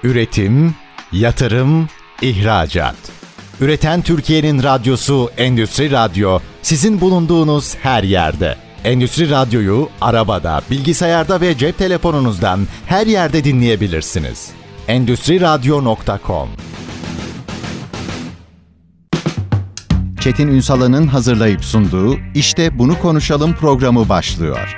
Üretim, yatırım, ihracat. Üreten Türkiye'nin radyosu Endüstri Radyo, sizin bulunduğunuz her yerde. Endüstri Radyo'yu arabada, bilgisayarda ve cep telefonunuzdan her yerde dinleyebilirsiniz. Endüstriradyo.com. Çetin Ünsal'ın hazırlayıp sunduğu İşte Bunu Konuşalım programı başlıyor.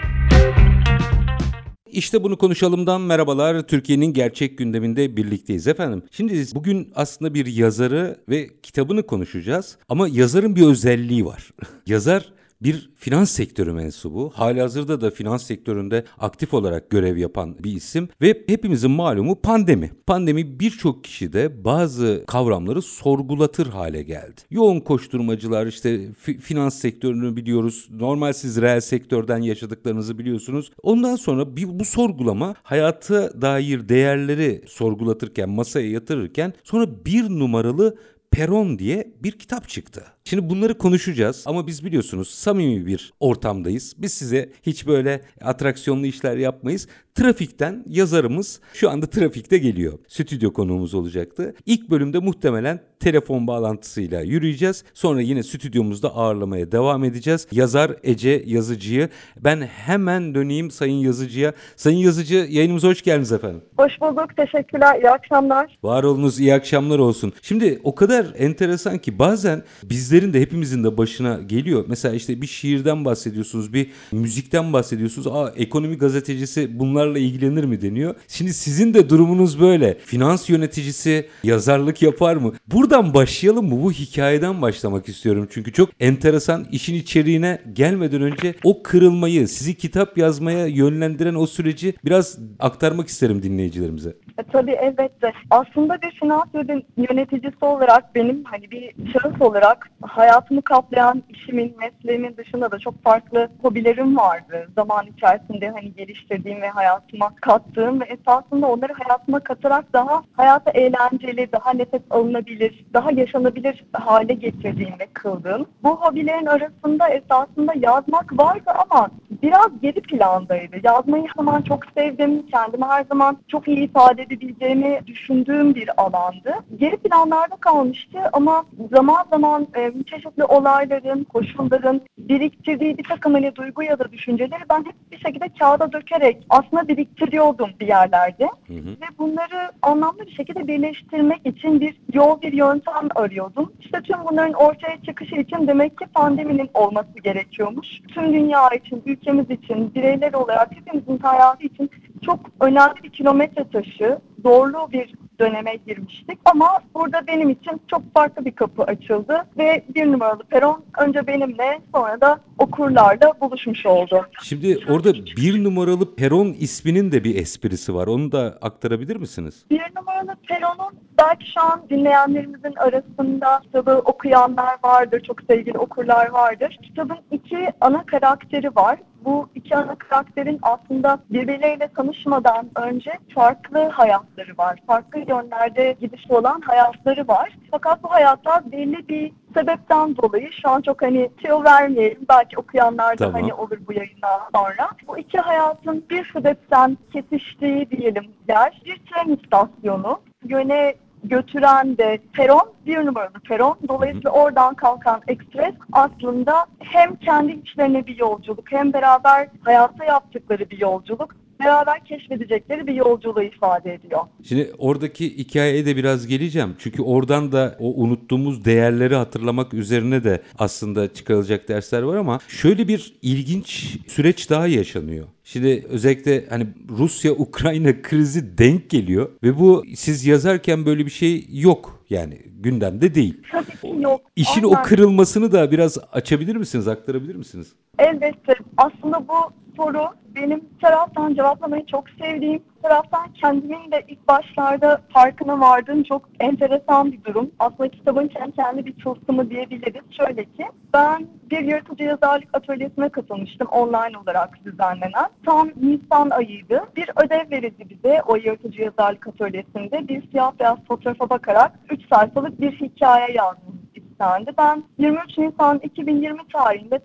İşte Bunu Konuşalım'dan merhabalar. Türkiye'nin gerçek gündeminde birlikteyiz efendim. Şimdi bugün aslında bir yazarı ve kitabını konuşacağız. Ama yazarın bir özelliği var. Yazar bir finans sektörü mensubu. Halihazırda da finans sektöründe aktif olarak görev yapan bir isim ve hepimizin malumu pandemi. Pandemi birçok kişide bazı kavramları sorgulatır hale geldi. Yoğun koşturmacılar, işte finans sektörünü biliyoruz. Normal siz reel sektörden yaşadıklarınızı biliyorsunuz. Ondan sonra bu sorgulama hayata dair değerleri sorgulatırken, masaya yatırırken sonra bir numaralı Peron diye bir kitap çıktı. Şimdi bunları konuşacağız ama biz biliyorsunuz samimi bir ortamdayız. Biz size hiç böyle atraksiyonlu işler yapmayız. Trafikten yazarımız şu anda trafikte geliyor. Stüdyo konuğumuz olacaktı. İlk bölümde muhtemelen telefon bağlantısıyla yürüyeceğiz. Sonra yine stüdyomuzda ağırlamaya devam edeceğiz. Yazar Ece Yazıcı'yı. Ben hemen döneyim Sayın Yazıcı'ya. Sayın Yazıcı, yayınımıza hoş geldiniz efendim. Hoş bulduk, teşekkürler, iyi akşamlar. Var olunuz, iyi akşamlar olsun. Şimdi o kadar enteresan ki bazen bizlerin de hepimizin de başına geliyor. Mesela işte bir şiirden bahsediyorsunuz, bir müzikten bahsediyorsunuz. Ekonomi gazetecisi bunlarla ilgilenir mi deniyor. Şimdi sizin de durumunuz böyle. Finans yöneticisi yazarlık yapar mı? Buradan başlayalım mı? Bu hikayeden başlamak istiyorum. Çünkü çok enteresan, işin içeriğine gelmeden önce o kırılmayı, sizi kitap yazmaya yönlendiren o süreci biraz aktarmak isterim dinleyicilerimize. Tabii elbette. Aslında bir finans yöneticisi olarak benim bir şahıs olarak hayatımı kaplayan işimin, mesleğimin dışında da çok farklı hobilerim vardı. Zaman içerisinde geliştirdiğim ve hayatıma kattığım ve esasında onları hayatıma katarak daha hayata eğlenceli, daha nefes alınabilir, daha yaşanabilir hale getirdiğim ve kıldığım. Bu hobilerin arasında esasında yazmak vardı ama biraz geri plandaydı. Yazmayı her zaman çok sevdim. Kendimi her zaman çok iyi ifade edebileceğimi düşündüğüm bir alandı. Geri planlarda kalmıştı ama zaman zaman çeşitli olayların, koşulların biriktirdiği bir takım duygu ya da düşünceleri ben hep bir şekilde kağıda dökerek aslında biriktiriyordum bir yerlerde. Ve bunları anlamlı bir şekilde birleştirmek için bir yol, bir yöntem arıyordum. İşte tüm bunların ortaya çıkışı için demek ki pandeminin olması gerekiyormuş. Tüm dünya için, ülkemiz için, bireyler olarak hepimizin hayatı için çok önemli bir kilometre taşı, zorlu bir döneme girmiştik. Ama burada benim için çok farklı bir kapı açıldı ve bir numaralı Peron önce benimle sonra da okurlarla buluşmuş oldu. Şimdi orada bir numaralı Peron isminin de bir esprisi var. Onu da aktarabilir misiniz? Bir numaralı Peron'un belki şu an dinleyenlerimizin arasında kitabı okuyanlar vardır, çok sevgili okurlar vardır. Kitabın iki ana karakteri var. Bu iki ana karakterin aslında birbirleriyle tanışmadan önce farklı hayatları var. Farklı yönlerde gidişli olan hayatları var. Fakat bu hayatlar belli bir sebepten dolayı şu an çok tüyo vermeyelim. Belki okuyanlar da tamam. Olur bu yayından sonra. Bu iki hayatın bir sebepten kesiştiği diyelim yer bir tren istasyonu. Yöne götüren de peron, bir numaralı peron. Dolayısıyla oradan kalkan ekspres aslında hem kendi içlerine bir yolculuk hem beraber hayatta yaptıkları bir yolculuk, beraber keşfedecekleri bir yolculuğu ifade ediyor. Şimdi oradaki hikayeye de biraz geleceğim. Çünkü oradan da o unuttuğumuz değerleri hatırlamak üzerine de aslında çıkarılacak dersler var ama şöyle bir ilginç süreç daha yaşanıyor. Şimdi özellikle Rusya-Ukrayna krizi denk geliyor ve bu siz yazarken böyle bir şey yok. Yani gündemde değil. Tabii ki yok. İşin o kırılmasını da biraz açabilir misiniz, aktarabilir misiniz? Elbette. Aslında bu soru benim taraftan cevaplamayı çok sevdiğim, taraftan kendimin de ilk başlarda farkına vardığım çok enteresan bir durum. Aslında kitabın kendi bir tılsımı diyebiliriz. Şöyle ki ben bir yaratıcı yazarlık atölyesine katılmıştım online olarak düzenlenen. Tam Nisan ayıydı. Bir ödev verildi bize o yaratıcı yazarlık atölyesinde. Bir siyah beyaz fotoğrafa bakarak 3 sayfalık bir hikaye yazdım istendi. Ben 23 Nisan 2020 tarihinde tam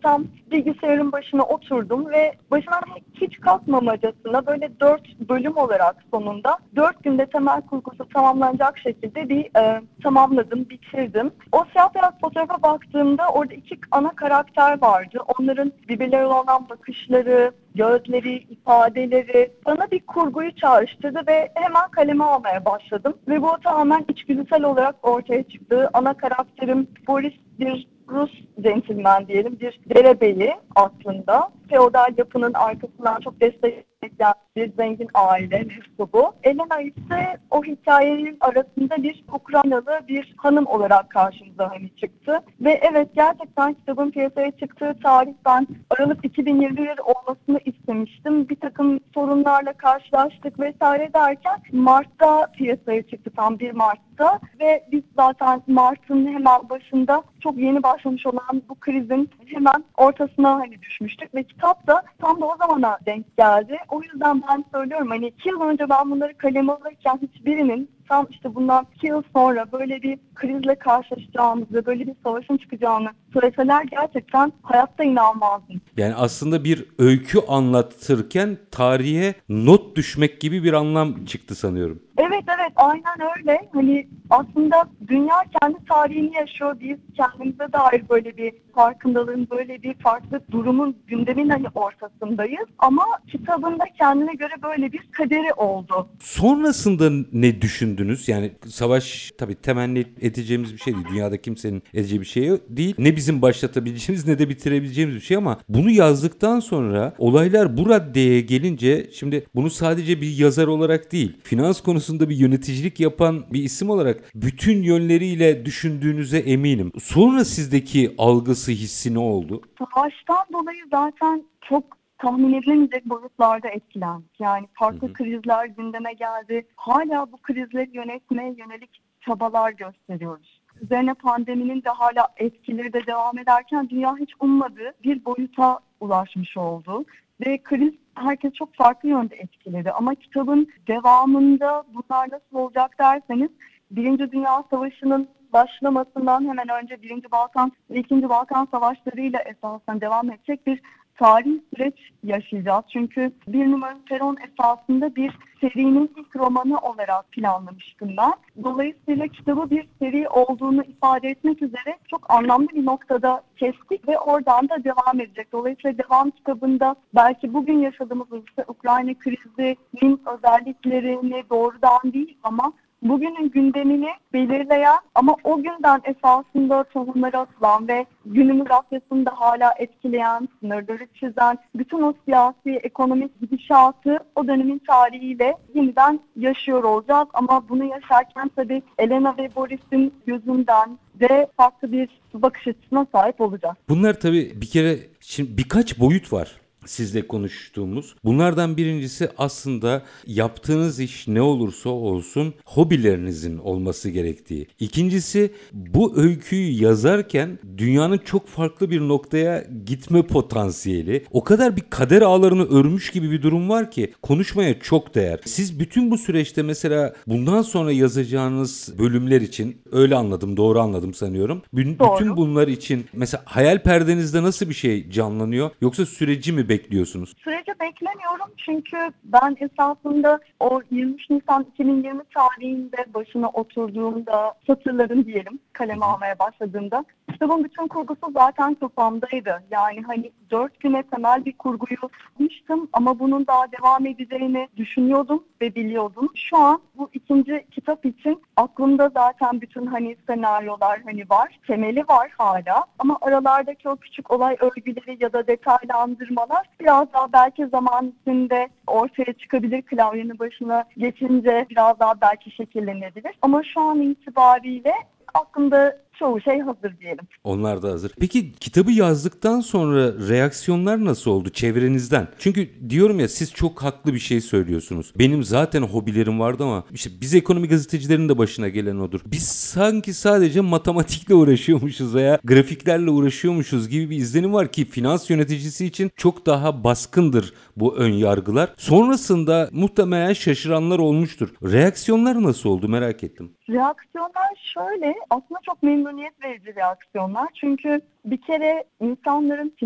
bilgisayarın başına oturdum ve başından hiç kalkmamacasına böyle 4 bölüm olarak sonunda 4 günde temel kurgusu tamamlanacak şekilde tamamladım, bitirdim. O siyah beyaz fotoğrafa baktığımda orada 2 ana karakter vardı. Onların birbirlerine olan bakışları, gözleri, ifadeleri bana bir kurguyu çağrıştırdı ve hemen kaleme almaya başladım. Ve bu tamamen içgüdüsel olarak ortaya çıktı. Ana karakterim Boris, bir Rus centilmen diyelim, bir derebeyi aslında. Feodal yapının arkasından çok destekleyen bir zengin aile mensubu. Elena ise o hikayenin arasında bir Ukraynalı bir hanım olarak karşımıza çıktı. Ve evet, gerçekten kitabın piyasaya çıktığı tarih, ben Aralık 2021 olmasını istemiştim. Bir takım sorunlarla karşılaştık vesaire derken Mart'ta piyasaya çıktı, tam 1 Mart'ta. Ve biz zaten Mart'ın hemen başında çok yeni başlamış olan bu krizin hemen ortasına düşmüştük ve kitap da tam da o zamana denk geldi. O yüzden ben söylüyorum, 2 yıl önce ben bunları kaleme alırken hiçbirinin tam bundan 2 yıl sonra böyle bir krizle karşılaşacağımızı, böyle bir savaşın çıkacağını söyleseler gerçekten hayatta inanmazdım. Yani aslında bir öykü anlatırken tarihe not düşmek gibi bir anlam çıktı sanıyorum. Evet, aynen öyle. Aslında dünya kendi tarihini yaşıyor. Biz kendimize dair böyle bir farkındalığın, böyle bir farklı durumun, gündemin ortasındayız. Ama kitabında kendine göre böyle bir kaderi oldu. Sonrasında ne düşündünüz? Yani savaş tabii temenni edeceğimiz bir şey değil. Dünyada kimsenin edeceği bir şey değil. Ne bizim başlatabileceğimiz ne de bitirebileceğimiz bir şey, ama bunu yazdıktan sonra olaylar bu raddeye gelince, şimdi bunu sadece bir yazar olarak değil, finans konusunda bir yöneticilik yapan bir isim olarak bütün yönleriyle düşündüğünüze eminim. Sonra sizdeki algısı, hissi ne oldu? Savaştan dolayı zaten çok tahmin edilemeyecek boyutlarda etkilendik. Yani farklı krizler gündeme geldi. Hala bu krizleri yönetmeye yönelik çabalar gösteriyoruz. Üzerine pandeminin de hala etkileri de devam ederken dünya hiç ummadığı bir boyuta ulaşmış oldu. Ve kriz herkes çok farklı yönde etkiledi. Ama kitabın devamında bunlar nasıl olacak derseniz, Birinci Dünya Savaşı'nın başlamasından hemen önce 1. Balkan ve 2. Balkan Savaşları'yla esasen devam edecek bir tarihi süreç yaşayacağız. Çünkü Bir Numaralı Peron esasında bir serinin ilk romanı olarak planlamıştım ben. Dolayısıyla kitabı bir seri olduğunu ifade etmek üzere çok anlamlı bir noktada kestik ve oradan da devam edecek. Dolayısıyla devam kitabında belki bugün yaşadığımız Ukrayna krizinin özelliklerini doğrudan değil ama bugünün gündemini belirleyen ama o günden esasında tohumları atılan ve günümüz Asya'sını da hala etkileyen, sınırları çizen, bütün o siyasi, ekonomik gidişatı o dönemin tarihiyle yeniden yaşıyor olacağız. Ama bunu yaşarken tabii Elena ve Boris'in gözünden de farklı bir bakış açısına sahip olacağız. Bunlar tabii bir kere, şimdi birkaç boyut var sizle konuştuğumuz. Bunlardan birincisi aslında yaptığınız iş ne olursa olsun hobilerinizin olması gerektiği. İkincisi, bu öyküyü yazarken dünyanın çok farklı bir noktaya gitme potansiyeli. O kadar bir kader ağlarını örmüş gibi bir durum var ki konuşmaya çok değer. Siz bütün bu süreçte mesela bundan sonra yazacağınız bölümler için, öyle anladım, doğru anladım sanıyorum. Bütün bunlar için mesela hayal perdenizde nasıl bir şey canlanıyor? Yoksa süreci mi bekliyorsunuz? Süreci beklemiyorum çünkü ben esasında o 23 Nisan 2020 tarihinde başına oturduğumda, satırların diyelim kaleme almaya başladığımda kitabın bütün kurgusu zaten kafamdaydı. Yani 4 güne temel bir kurguyu yapmıştım ama bunun daha devam edeceğini düşünüyordum ve biliyordum. Şu an bu ikinci kitap için aklımda zaten bütün senaryolar var. Temeli var hala ama aralardaki o küçük olay örgüleri ya da detaylandırmalar biraz daha belki zaman içinde ortaya çıkabilir, klavyenin başına geçince biraz daha belki şekillenebilir. Ama şu an itibariyle aklımda çoğu şey hazır diyelim. Onlar da hazır. Peki kitabı yazdıktan sonra reaksiyonlar nasıl oldu çevrenizden? Çünkü diyorum ya, siz çok haklı bir şey söylüyorsunuz. Benim zaten hobilerim vardı ama biz ekonomi gazetecilerinin de başına gelen odur. Biz sanki sadece matematikle uğraşıyormuşuz veya grafiklerle uğraşıyormuşuz gibi bir izlenim var ki finans yöneticisi için çok daha baskındır bu ön yargılar. Sonrasında muhtemelen şaşıranlar olmuştur. Reaksiyonlar nasıl oldu, merak ettim. Reaksiyonlar şöyle, aslında çok memnuniyet verici reaksiyonlar. Çünkü bir kere insanların finans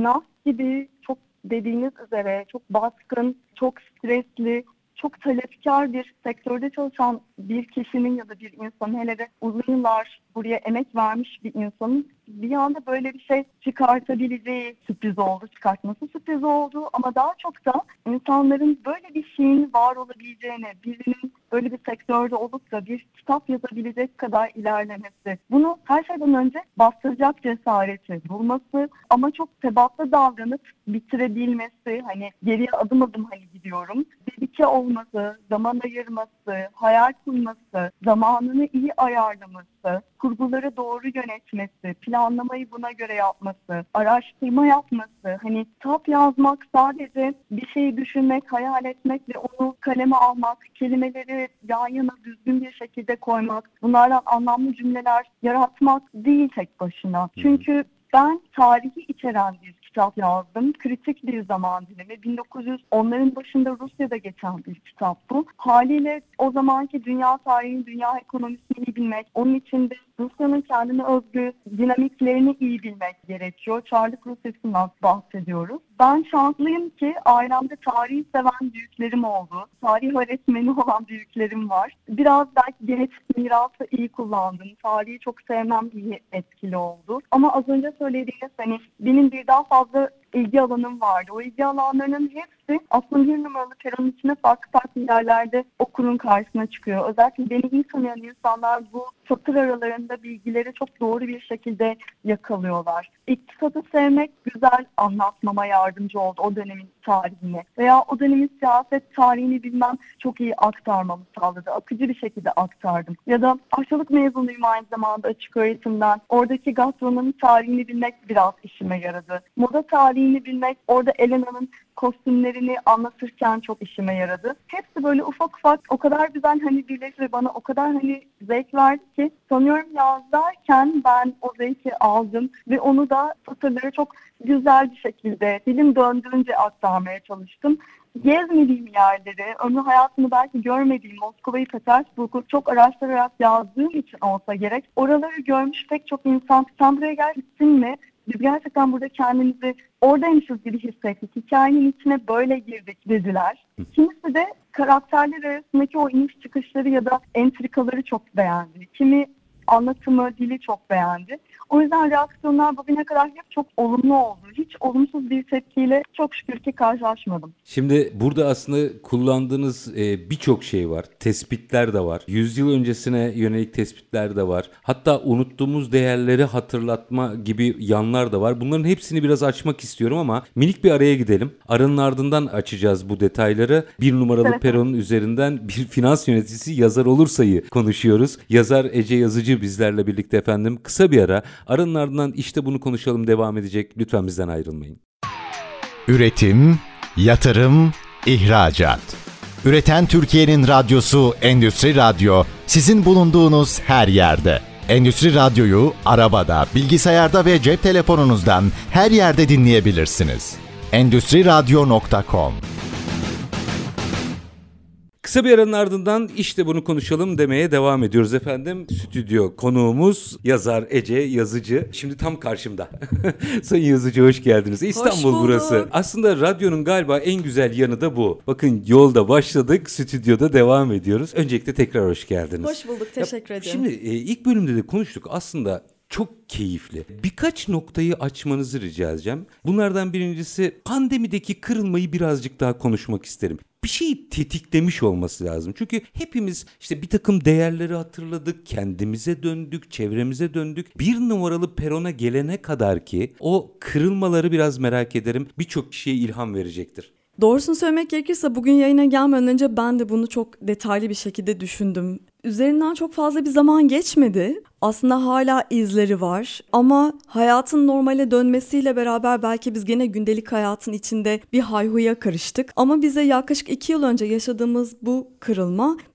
gibi çok dediğiniz üzere çok baskın, çok stresli, çok talepkar bir sektörde çalışan bir kişinin ya da bir insanın, hele de uzun yıllar buraya emek vermiş bir insanın bir anda böyle bir şey çıkartabileceği sürpriz oldu. Çıkartması sürpriz oldu ama daha çok da insanların böyle bir şeyin var olabileceğini, birinin böyle bir sektörde olup da bir kitap yazabilecek kadar ilerlemesi. Bunu her şeyden önce bastıracak cesareti bulması ama çok tebatlı davranıp bitirebilmesi, hani geriye adım adım hani gidiyorum. Dedike olması, zaman ayırması, hayal kurması, zamanını iyi ayarlaması, kurguları doğru yönetmesi, planlamayı buna göre yapması, araştırma yapması, hani kitap yazmak sadece bir şeyi düşünmek, hayal etmek ve onu kaleme almak, kelimeleri yan yana düzgün bir şekilde koymak, bunlardan anlamlı cümleler yaratmak değil tek başına. Çünkü ben tarihi içeren bir kitap yazdım. Kritik bir zaman dilimi. 1910'ların başında Rusya'da geçen bir kitap bu. Haliyle o zamanki dünya tarihini, dünya ekonomisini iyi bilmek, onun içinde Rusya'nın kendine özgü dinamiklerini iyi bilmek gerekiyor. Çarlık Rusya'sından bahsediyoruz. Ben şanslıyım ki ailemde tarihi seven büyüklerim oldu. Tarih öğretmeni olan büyüklerim var. Biraz belki genetik mirası iyi kullandım. Tarihi çok sevmem iyi etkili oldu. Ama az önce söylediğiniz hani benim birden fazla ilgi alanım vardı. O ilgi alanlarının hepsi aslında bir numaralı peronun içine farklı yerlerde okurun karşısına çıkıyor. Özellikle beni iyi tanıyan insanlar bu satır aralarında bilgileri çok doğru bir şekilde yakalıyorlar. İktisadı sevmek güzel anlatmama yardımcı oldu o dönemin tarihini. Veya o dönemin siyaset tarihini bilmem çok iyi aktarmamı sağladı. Akıcı bir şekilde aktardım. Ya da aşçılık mezunuyum aynı zamanda açık öğretimden. Oradaki gastronomi tarihini bilmek biraz işime yaradı. Moda tarihini bilmek, orada Elena'nın kostümlerini anlatırken çok işime yaradı. Hepsi böyle ufak ufak o kadar güzel hani birleşti ve bana o kadar hani zevk verdi ki sanıyorum yazarken ben o zevki aldım ve onu da satırları çok güzel bir şekilde dilim döndüğünce aktarmaya çalıştım. Gezmediğim yerleri, ömrü hayatımı belki görmediğim Moskova'yı, Petersburg'u çok araştırarak yazdığım için olsa gerek, oraları görmüş pek çok insan sen buraya gittin mi? Biz gerçekten burada kendimizi oradaymışız gibi hissettik. Hikayenin içine böyle girdik dediler. Kimisi de karakterler arasındaki o iniş çıkışları ya da entrikaları çok beğendi. Kimi anlatımı, dili çok beğendi. O yüzden reaksiyonlar bugüne kadar hep çok olumlu oldu. Hiç olumsuz bir tepkiyle çok şükür ki karşılaşmadım. Şimdi burada aslında kullandığınız birçok şey var. Tespitler de var. 100 yıl öncesine yönelik tespitler de var. Hatta unuttuğumuz değerleri hatırlatma gibi yanlar da var. Bunların hepsini biraz açmak istiyorum ama minik bir araya gidelim. Aranın ardından açacağız bu detayları. Bir numaralı peronun üzerinden bir finans yöneticisi yazar olursayı konuşuyoruz. Yazar Ece Yazıcı bizlerle birlikte efendim. Kısa bir ara. Aranın ardından işte bunu konuşalım devam edecek. Lütfen bizden ayrılmayın. Üretim, yatırım, ihracat. Üreten Türkiye'nin radyosu Endüstri Radyo sizin bulunduğunuz her yerde. Endüstri Radyo'yu arabada, bilgisayarda ve cep telefonunuzdan her yerde dinleyebilirsiniz. Endüstriradyo.com. Kısa bir aranın ardından işte bunu konuşalım demeye devam ediyoruz efendim. Stüdyo konuğumuz yazar Ece Yazıcı. Şimdi tam karşımda. Sayın Yazıcı hoş geldiniz. İstanbul burası. Aslında radyonun galiba en güzel yanı da bu. Bakın yolda başladık, stüdyoda devam ediyoruz. Öncelikle tekrar hoş geldiniz. Hoş bulduk, teşekkür ederim. Şimdi ilk bölümde de konuştuk aslında. Çok keyifli. Birkaç noktayı açmanızı rica edeceğim. Bunlardan birincisi pandemideki kırılmayı birazcık daha konuşmak isterim. Bir şeyi tetiklemiş olması lazım. Çünkü hepimiz işte bir takım değerleri hatırladık, kendimize döndük, çevremize döndük. Bir numaralı perona gelene kadar ki o kırılmaları biraz merak ederim. Birçok kişiye ilham verecektir. Doğrusunu söylemek gerekirse bugün yayına gelmeden önce ben de bunu çok detaylı bir şekilde düşündüm. Üzerinden çok fazla bir zaman geçmedi. Aslında hala izleri var ama hayatın normale dönmesiyle beraber belki biz gene gündelik hayatın içinde bir hayhuya karıştık. Ama bize yaklaşık 2 yıl önce yaşadığımız bu kırılma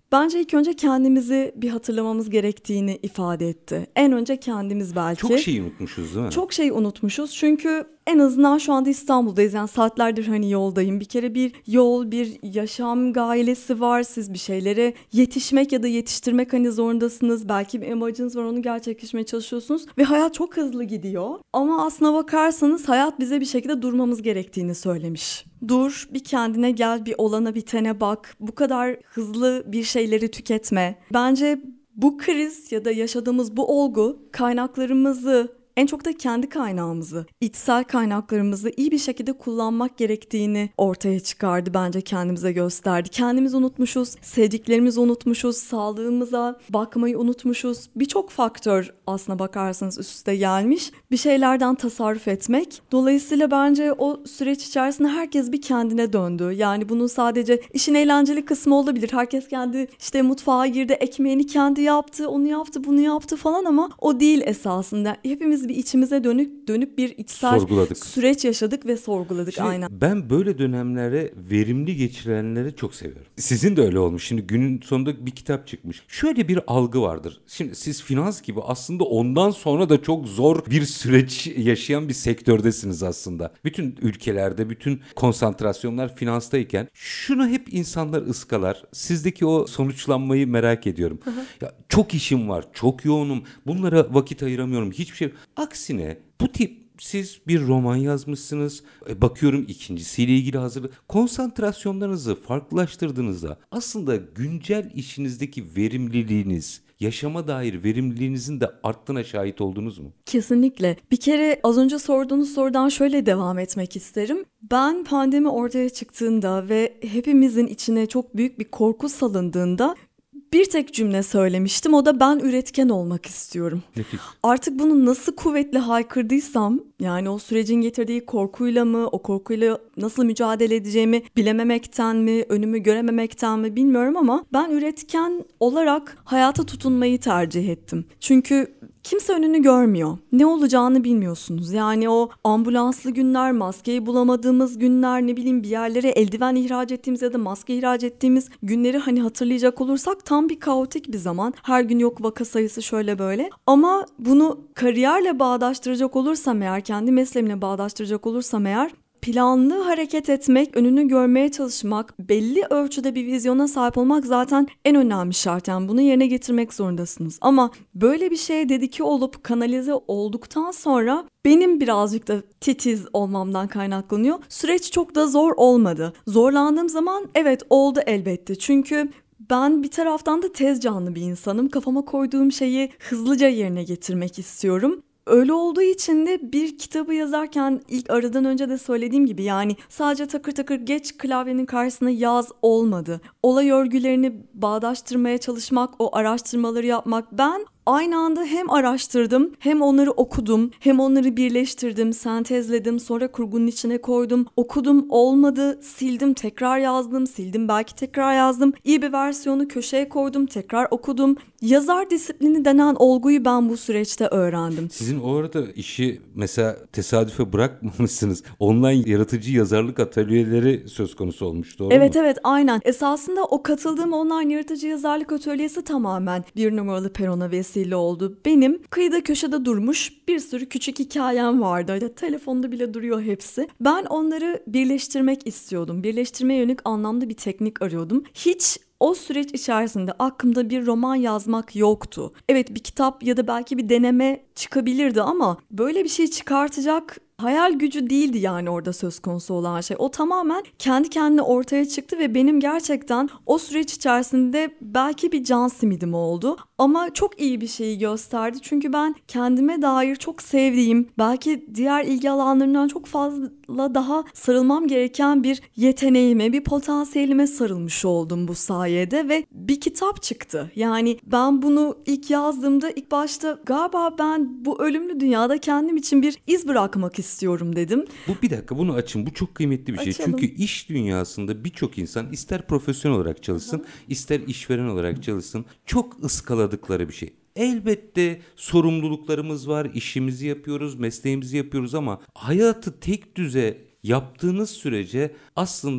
Bence ilk önce kendimizi bir hatırlamamız gerektiğini ifade etti. En önce kendimiz belki. Çok şey unutmuşuz değil mi? Çok şey unutmuşuz çünkü en azından şu anda İstanbul'dayız. Yani saatlerdir hani yoldayım. Bir kere bir yol, bir yaşam gailesi var. Siz bir şeylere yetişmek ya da yetiştirmek hani zorundasınız. Belki bir amacınız var, onu gerçekleştirmeye çalışıyorsunuz. Ve hayat çok hızlı gidiyor. Ama aslına bakarsanız hayat bize bir şekilde durmamız gerektiğini söylemiş. Dur, bir kendine gel, bir olana bitene bak. Bu kadar hızlı bir şeyleri tüketme. Bence bu kriz ya da yaşadığımız bu olgu kaynaklarımızı, en çok da kendi kaynağımızı, içsel kaynaklarımızı iyi bir şekilde kullanmak gerektiğini ortaya çıkardı, bence kendimize gösterdi. Kendimizi unutmuşuz, sevdiklerimizi unutmuşuz, sağlığımıza bakmayı unutmuşuz. Birçok faktör aslına bakarsanız üst üste gelmiş. Bir şeylerden tasarruf etmek. Dolayısıyla bence o süreç içerisinde herkes bir kendine döndü. Yani bunun sadece işin eğlenceli kısmı olabilir. Herkes kendi işte mutfağa girdi, ekmeğini kendi yaptı, onu yaptı, bunu yaptı falan ama o değil esasında. Hepimiz bir içimize dönüp bir içsel süreç yaşadık ve sorguladık. Şimdi aynen. Ben böyle dönemlere verimli geçirenleri çok seviyorum. Sizin de öyle olmuş. Şimdi günün sonunda bir kitap çıkmış. Şöyle bir algı vardır. Şimdi siz finans gibi aslında ondan sonra da çok zor bir süreç yaşayan bir sektördesiniz aslında. Bütün ülkelerde, bütün konsantrasyonlar finanstayken şunu hep insanlar ıskalar. Sizdeki o sonuçlanmayı merak ediyorum. Ya, çok işim var, çok yoğunum. Bunlara vakit ayıramıyorum. Hiçbir şey. Aksine bu tip siz bir roman yazmışsınız. Bakıyorum ikincisiyle ilgili hazırlık. Konsantrasyonlarınızı farklılaştırdığınızda aslında güncel işinizdeki verimliliğiniz, yaşama dair verimliliğinizin de arttığına şahit oldunuz mu? Kesinlikle. Bir kere az önce sorduğunuz sorudan şöyle devam etmek isterim. Ben pandemi ortaya çıktığında ve hepimizin içine çok büyük bir korku salındığında bir tek cümle söylemiştim. O da ben üretken olmak istiyorum. Nefis. Artık bunu nasıl kuvvetli haykırdıysam, yani o sürecin getirdiği korkuyla mı, o korkuyla nasıl mücadele edeceğimi bilememekten mi, önümü görememekten mi bilmiyorum ama ben üretken olarak hayata tutunmayı tercih ettim. Çünkü kimse önünü görmüyor. Ne olacağını bilmiyorsunuz. Yani o ambulanslı günler, maskeyi bulamadığımız günler, ne bileyim bir yerlere eldiven ihraç ettiğimiz ya da maske ihraç ettiğimiz günleri hani hatırlayacak olursak tam bir kaotik bir zaman. Her gün yok vaka sayısı şöyle böyle. Ama bunu kariyerle bağdaştıracak olursam eğer, kendi mesleğimle bağdaştıracak olursam eğer, planlı hareket etmek, önünü görmeye çalışmak, belli ölçüde bir vizyona sahip olmak zaten en önemli şart. Yani bunu yerine getirmek zorundasınız. Ama böyle bir şeye dedike olup kanalize olduktan sonra benim birazcık da titiz olmamdan kaynaklanıyor. Süreç çok da zor olmadı. Zorlandığım zaman evet oldu elbette. Çünkü ben bir taraftan da tez canlı bir insanım. Kafama koyduğum şeyi hızlıca yerine getirmek istiyorum. Öyle olduğu için de bir kitabı yazarken ilk aradan önce de söylediğim gibi yani sadece takır takır geç klavyenin karşısına yaz olmadı. Olay örgülerini bağdaştırmaya çalışmak, o araştırmaları yapmak. Ben aynı anda hem araştırdım, hem onları okudum, hem onları birleştirdim, sentezledim, sonra kurgunun içine koydum, okudum, olmadı, sildim, tekrar yazdım, sildim, belki tekrar yazdım. İyi bir versiyonu köşeye koydum, tekrar okudum. Yazar disiplini denen olguyu ben bu süreçte öğrendim. Sizin o arada işi mesela tesadüfe bırakmamışsınız. Online yaratıcı yazarlık atölyeleri söz konusu olmuş, doğru mu? Evet aynen. Esasında o katıldığım online yaratıcı yazarlık atölyesi tamamen bir numaralı perona vesile oldu. Benim kıyıda köşede durmuş bir sürü küçük hikayem vardı. Telefonda bile duruyor hepsi. Ben onları birleştirmek istiyordum. Birleştirmeye yönelik anlamda bir teknik arıyordum. Hiç o süreç içerisinde aklımda bir roman yazmak yoktu. Evet, bir kitap ya da belki bir deneme çıkabilirdi ama böyle bir şey çıkartacak hayal gücü değildi yani orada söz konusu olan şey. O tamamen kendi kendine ortaya çıktı ve benim gerçekten o süreç içerisinde belki bir can simidim oldu. Ama çok iyi bir şeyi gösterdi. Çünkü ben kendime dair çok sevdiğim, belki diğer ilgi alanlarından çok fazla daha sarılmam gereken bir yeteneğime, bir potansiyelime sarılmış oldum bu sayede ve bir kitap çıktı. Yani ben bunu ilk yazdığımda ilk başta galiba ben bu ölümlü dünyada kendim için bir iz bırakmak istiyorum dedim. Bir dakika bunu açın. Bu çok kıymetli bir şey. Açalım. Çünkü iş dünyasında birçok insan ister profesyonel olarak çalışsın, ister işveren olarak çalışsın, çok ıskaladıkları bir şey. Elbette sorumluluklarımız var, işimizi yapıyoruz, mesleğimizi yapıyoruz ama hayatı tek düze yaptığınız sürece aslında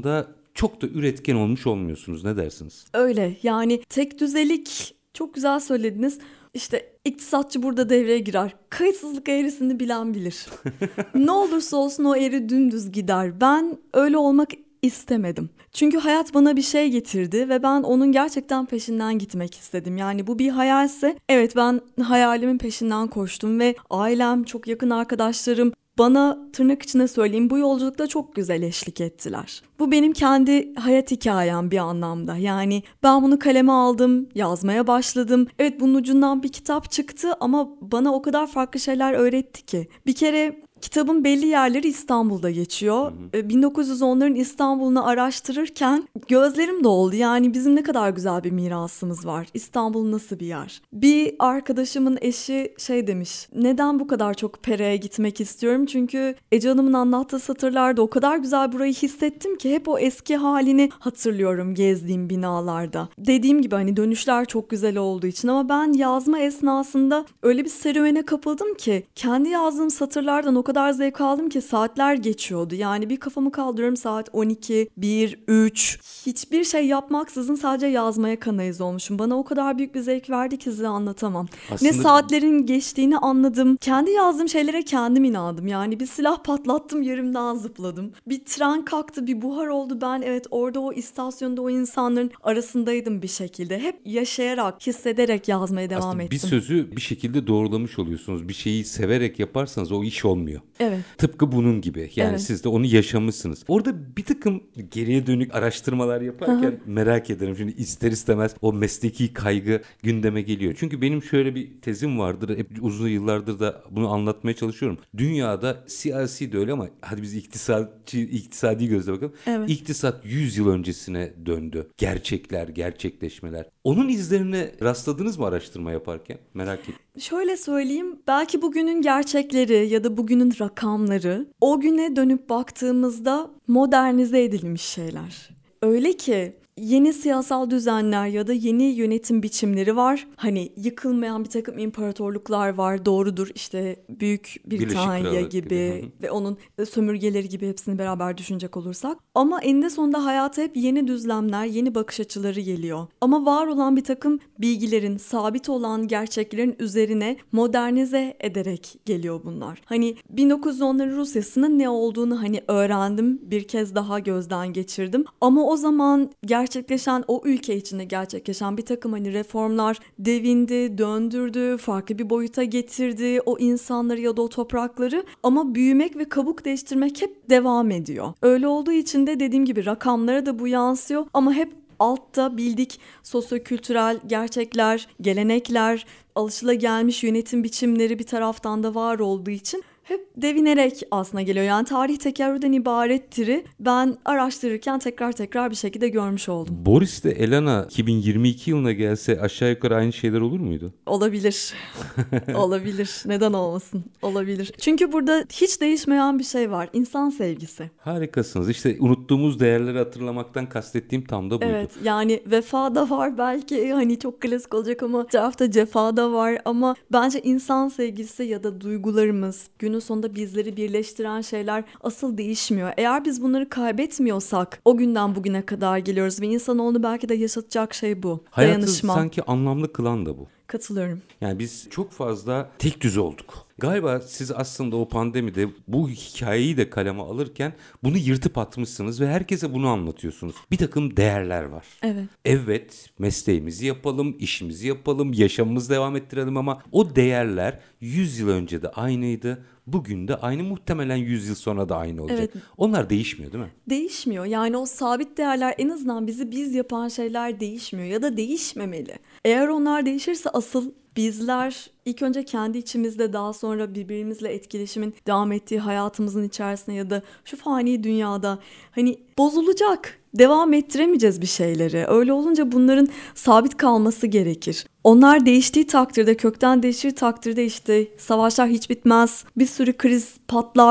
çok da üretken olmuş olmuyorsunuz. Ne dersiniz? Öyle, yani tek düzelik, çok güzel söylediniz. İşte iktisatçı burada devreye girer. Kayıtsızlık eğrisini bilen bilir. Ne olursa olsun o eğri dümdüz gider. Ben öyle olmak istemedim. Çünkü hayat bana bir şey getirdi ve ben onun gerçekten peşinden gitmek istedim. Yani bu bir hayalse, evet, ben hayalimin peşinden koştum ve ailem, çok yakın arkadaşlarım bana, tırnak içine söyleyeyim, bu yolculukta çok güzel eşlik ettiler. Bu benim kendi hayat hikayem bir anlamda. Yani ben bunu kaleme aldım, yazmaya başladım. Evet, bunun ucundan bir kitap çıktı ama bana o kadar farklı şeyler öğretti ki. Bir kere kitabın belli yerleri İstanbul'da geçiyor. 1910'ların İstanbul'unu araştırırken gözlerim doldu. Yani bizim ne kadar güzel bir mirasımız var. İstanbul nasıl bir yer? Bir arkadaşımın eşi şey demiş. Neden bu kadar çok Pere'ye gitmek istiyorum? Çünkü Ece Hanım'ın anlattığı satırlarda o kadar güzel burayı hissettim ki hep o eski halini hatırlıyorum gezdiğim binalarda. Dediğim gibi hani dönüşler çok güzel olduğu için, ama ben yazma esnasında öyle bir serüvene kapıldım ki kendi yazdığım satırlardan o kadar zevk aldım ki saatler geçiyordu. Yani bir kafamı kaldırıyorum, saat 12, 1, 3. Hiçbir şey yapmaksızın sadece yazmaya kanalize olmuşum. Bana o kadar büyük bir zevk verdi ki size anlatamam. Aslında... Ne saatlerin geçtiğini anladım. Kendi yazdığım şeylere kendim inandım. Yani bir silah patlattım, yerimden zıpladım. Bir tren kalktı, bir buhar oldu. Ben evet orada o istasyonda o insanların arasındaydım bir şekilde. Hep yaşayarak, hissederek yazmaya devam Aslında ettim. bir sözü bir şekilde doğrulamış oluyorsunuz. Bir şeyi severek yaparsanız o iş olmuyor. Evet. Tıpkı bunun gibi. Yani evet. Siz de onu yaşamışsınız. Orada bir takım geriye dönük araştırmalar yaparken merak ederim. Şimdi ister istemez o mesleki kaygı gündeme geliyor. Çünkü benim şöyle bir tezim vardır. Hep uzun yıllardır da bunu anlatmaya çalışıyorum. Dünyada siyasi de öyle ama hadi biz iktisadi gözle bakalım. Evet. İktisat 100 yıl öncesine döndü. Gerçekler, gerçekleşmeler. Onun izlerine rastladınız mı araştırma yaparken? Merak ettim. Şöyle söyleyeyim, belki bugünün gerçekleri ya da bugünün rakamları o güne dönüp baktığımızda modernize edilmiş şeyler. Öyle ki yeni siyasal düzenler ya da yeni yönetim biçimleri var. Hani yıkılmayan bir takım imparatorluklar var, doğrudur. İşte Büyük Britanya gibi ve onun sömürgeleri gibi, hepsini beraber düşünecek olursak. Ama eninde sonunda hayata hep yeni düzlemler, yeni bakış açıları geliyor. Ama var olan bir takım bilgilerin, sabit olan gerçeklerin üzerine modernize ederek geliyor bunlar. Hani 1910'ların Rusya'sının ne olduğunu hani öğrendim, bir kez daha gözden geçirdim. Ama o zaman gerçekleşen, o ülke içinde gerçekleşen bir takım hani reformlar devindi, döndürdü, farklı bir boyuta getirdi o insanları ya da o toprakları, ama büyümek ve kabuk değiştirmek hep devam ediyor. Öyle olduğu için de dediğim gibi rakamlara da bu yansıyor, ama hep altta bildik sosyokültürel gerçekler, gelenekler, alışılagelmiş yönetim biçimleri bir taraftan da var olduğu için hep devinerek aslında geliyor. Yani tarih tekerrürden ibarettir. Ben araştırırken tekrar bir şekilde görmüş oldum. Boris de Elena 2022 yılına gelse aşağı yukarı aynı şeyler olur muydu? Olabilir. Olabilir. Neden olmasın? Olabilir. Çünkü burada hiç değişmeyen bir şey var. İnsan sevgisi. Harikasınız. İşte unuttuğumuz değerleri hatırlamaktan kastettiğim tam da buydu. Evet, yani vefa da var belki, hani çok klasik olacak ama tarafta cefa da var, ama bence insan sevgisi ya da duygularımız, günün sonunda bizleri birleştiren şeyler asıl değişmiyor. Eğer biz bunları kaybetmiyorsak o günden bugüne kadar geliyoruz ve insanoğlunu belki de yaşatacak şey bu. Hayatı dayanışma. sanki anlamlı kılan da bu. Katılıyorum. Yani biz çok fazla tek düze olduk. Galiba siz aslında o pandemide bu hikayeyi de kaleme alırken bunu yırtıp atmışsınız ve herkese bunu anlatıyorsunuz. Bir takım değerler var. Evet. Evet, mesleğimizi yapalım, işimizi yapalım, yaşamımızı devam ettirelim, ama o değerler 100 yıl önce de aynıydı. Bugün de aynı, muhtemelen 100 yıl sonra da aynı olacak. Evet. Onlar değişmiyor değil mi? Değişmiyor. Yani o sabit değerler, en azından bizi biz yapan şeyler değişmiyor ya da değişmemeli. Eğer onlar değişirse asıl bizler ilk önce kendi içimizde, daha sonra birbirimizle etkileşimin devam ettiği hayatımızın içerisinde ya da şu fani dünyada hani bozulacak. Devam ettiremeyeceğiz bir şeyleri. Öyle olunca bunların sabit kalması gerekir. Onlar değiştiği takdirde, kökten değiştiği takdirde işte savaşlar hiç bitmez. Bir sürü kriz patlar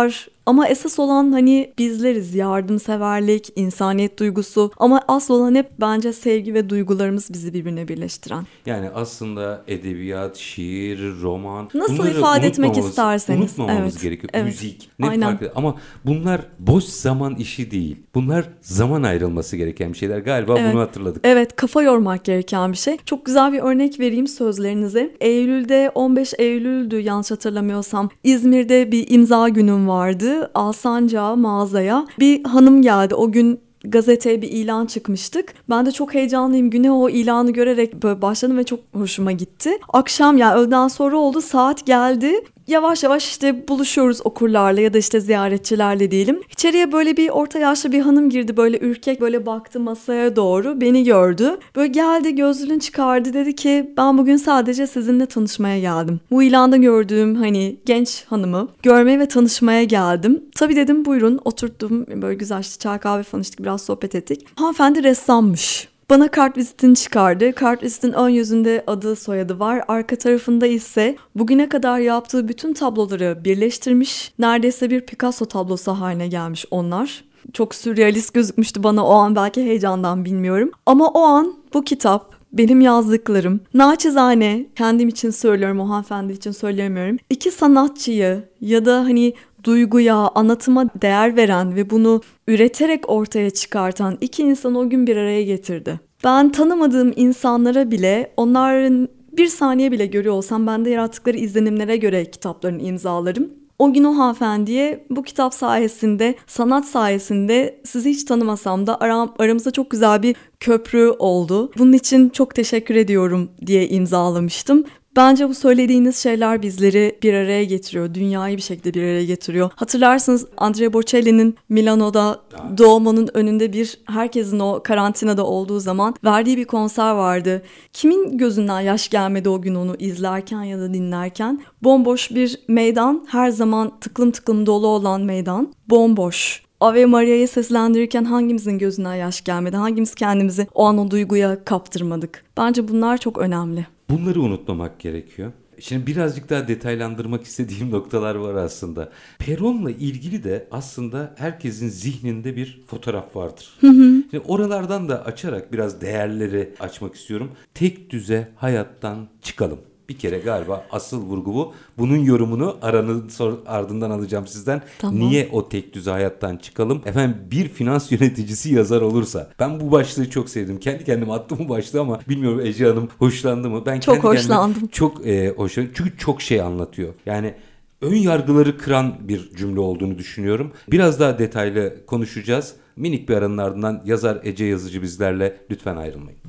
Ama esas olan hani bizleriz, yardımseverlik, insaniyet duygusu, ama asıl olan hep bence sevgi ve duygularımız bizi birbirine birleştiren. Yani aslında edebiyat, şiir, roman, nasıl bunları ifade etmek isterseniz. unutmamamız gerekiyor. Evet. Müzik, ne Aynen. farkı, ama bunlar boş zaman işi değil. Bunlar zaman ayrılması gereken bir şeyler. Galiba bunu hatırladık. Evet, kafa yormak gereken bir şey. Çok güzel bir örnek vereyim sözlerinize. Eylül'de, 15 Eylül'dü yanlış hatırlamıyorsam, İzmir'de bir imza günüm vardı. Alsancak'a, mağazaya bir hanım geldi. O gün gazeteye bir ilan çıkmıştık. Ben de çok heyecanlıyım. Güne o ilanı görerek böyle başladım ve çok hoşuma gitti. Akşam, yani öğleden sonra oldu, saat geldi. Yavaş yavaş işte buluşuyoruz okurlarla ya da işte ziyaretçilerle diyelim. İçeriye böyle bir orta yaşlı bir hanım girdi, böyle ürkek, böyle baktı masaya doğru, beni gördü. Böyle geldi, gözlüğünü çıkardı, dedi ki ben bugün sadece sizinle tanışmaya geldim. Bu ilanda gördüğüm hani genç hanımı görmeye ve tanışmaya geldim. Tabii dedim, buyurun. Oturdum, böyle güzel işte çay kahve falan içtik, biraz sohbet ettik. Hanımefendi ressammış. Bana kartvizitini çıkardı. Kartvizitin ön yüzünde adı soyadı var. Arka tarafında ise bugüne kadar yaptığı bütün tabloları birleştirmiş. Neredeyse bir Picasso tablosu haline gelmiş onlar. Çok sürrealist gözükmüştü bana o an, belki heyecandan, bilmiyorum. Ama o an bu kitap, benim yazdıklarım, naçizane kendim için söylüyorum, o hanımefendi için söylemiyorum, İki sanatçıyı ya da hani duyguya, anlatıma değer veren ve bunu üreterek ortaya çıkartan iki insanı o gün bir araya getirdi. Ben tanımadığım insanlara bile, onların bir saniye bile görüyor olsam, bende yarattıkları izlenimlere göre kitaplarını imzalarım. O gün o hanımefendiye bu kitap sayesinde, sanat sayesinde, sizi hiç tanımasam da aramızda çok güzel bir köprü oldu. Bunun için çok teşekkür ediyorum diye imzalamıştım. Bence bu söylediğiniz şeyler bizleri bir araya getiriyor. Dünyayı bir şekilde bir araya getiriyor. Hatırlarsınız, Andrea Bocelli'nin Milano'da Duomo'nun önünde herkesin o karantinada olduğu zaman verdiği bir konser vardı. Kimin gözünden yaş gelmedi o gün onu izlerken ya da dinlerken? Bomboş bir meydan, her zaman tıklım tıklım dolu olan meydan, bomboş. Ave Maria'yı seslendirirken hangimizin gözünden yaş gelmedi? Hangimiz kendimizi o an o duyguya kaptırmadık? Bence bunlar çok önemli. Bunları unutmamak gerekiyor. Şimdi birazcık daha detaylandırmak istediğim noktalar var aslında. Peron'la ilgili de aslında herkesin zihninde bir fotoğraf vardır. Şimdi oralardan da açarak biraz değerleri açmak istiyorum. Tek düze hayattan çıkalım. Bir kere galiba asıl vurgu bu. Bunun yorumunu ardından alacağım sizden. Tamam. Niye o tek düze hayattan çıkalım? Efendim, bir finans yöneticisi yazar olursa. Ben bu başlığı çok sevdim. Kendi kendime attım bu başlığı ama bilmiyorum Ece Hanım hoşlandı mı? Ben çok kendi hoşlandım. Çok hoşlandım. Çünkü çok şey anlatıyor. Yani ön yargıları kıran bir cümle olduğunu düşünüyorum. Biraz daha detaylı konuşacağız. Minik bir aranın ardından yazar Ece Yazıcı bizlerle. Lütfen ayrılmayın.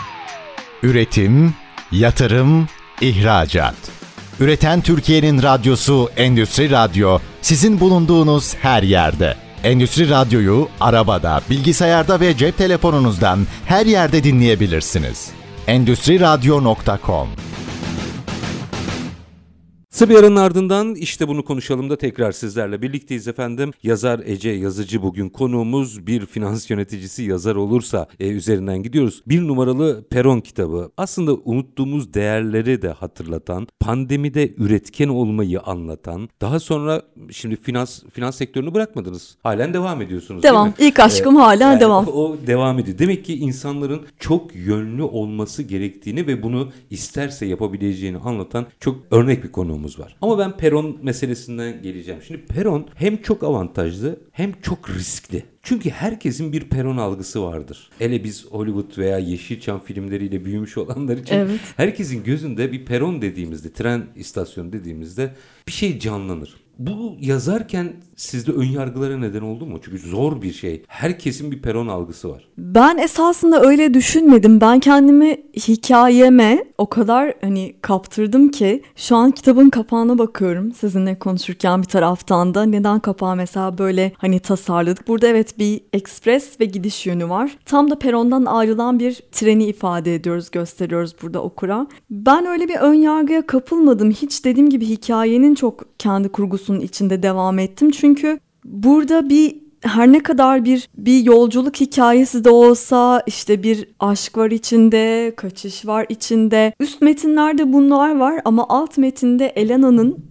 Üretim, yatırım, ihracat. Üreten Türkiye'nin radyosu Endüstri Radyo, sizin bulunduğunuz her yerde. Endüstri Radyo'yu arabada, bilgisayarda ve cep telefonunuzdan her yerde dinleyebilirsiniz. Endüstriradyo.com. Kısa bir aranın ardından işte bunu konuşalım da tekrar sizlerle birlikteyiz efendim. Yazar Ece Yazıcı bugün konuğumuz. Bir finans yöneticisi yazar olursa üzerinden gidiyoruz. 1 numaralı Peron kitabı aslında unuttuğumuz değerleri de hatırlatan, pandemide üretken olmayı anlatan, daha sonra şimdi finans sektörünü bırakmadınız. Halen devam ediyorsunuz, Devam. değil mi? İlk aşkım hala devam. O devam ediyor. Demek ki insanların çok yönlü olması gerektiğini ve bunu isterse yapabileceğini anlatan çok örnek bir konuğumuz var. Ama ben Peron meselesinden geleceğim. Şimdi Peron hem çok avantajlı hem çok riskli. Çünkü herkesin bir Peron algısı vardır. Hele biz Hollywood veya Yeşilçam filmleriyle büyümüş olanlar için herkesin gözünde bir Peron dediğimizde, tren istasyonu dediğimizde bir şey canlanır. Bu yazarken sizde ön yargılara neden oldu mu? Çünkü zor bir şey. Herkesin bir Peron algısı var. Ben esasında öyle düşünmedim. Ben kendimi hikayeme o kadar kaptırdım ki şu an kitabın kapağına bakıyorum sizinle konuşurken bir taraftan da. Neden kapağı mesela böyle tasarladık? Burada evet bir ekspres ve gidiş yönü var. Tam da perondan ayrılan bir treni ifade ediyoruz, gösteriyoruz burada okura. Ben öyle bir ön yargıya kapılmadım. Hiç dediğim gibi hikayenin çok kendi kurgusunun içinde devam ettim. Çünkü burada her ne kadar bir yolculuk hikayesi de olsa, işte bir aşk var içinde, kaçış var içinde. Üst metinlerde bunlar var ama alt metinde Elena'nın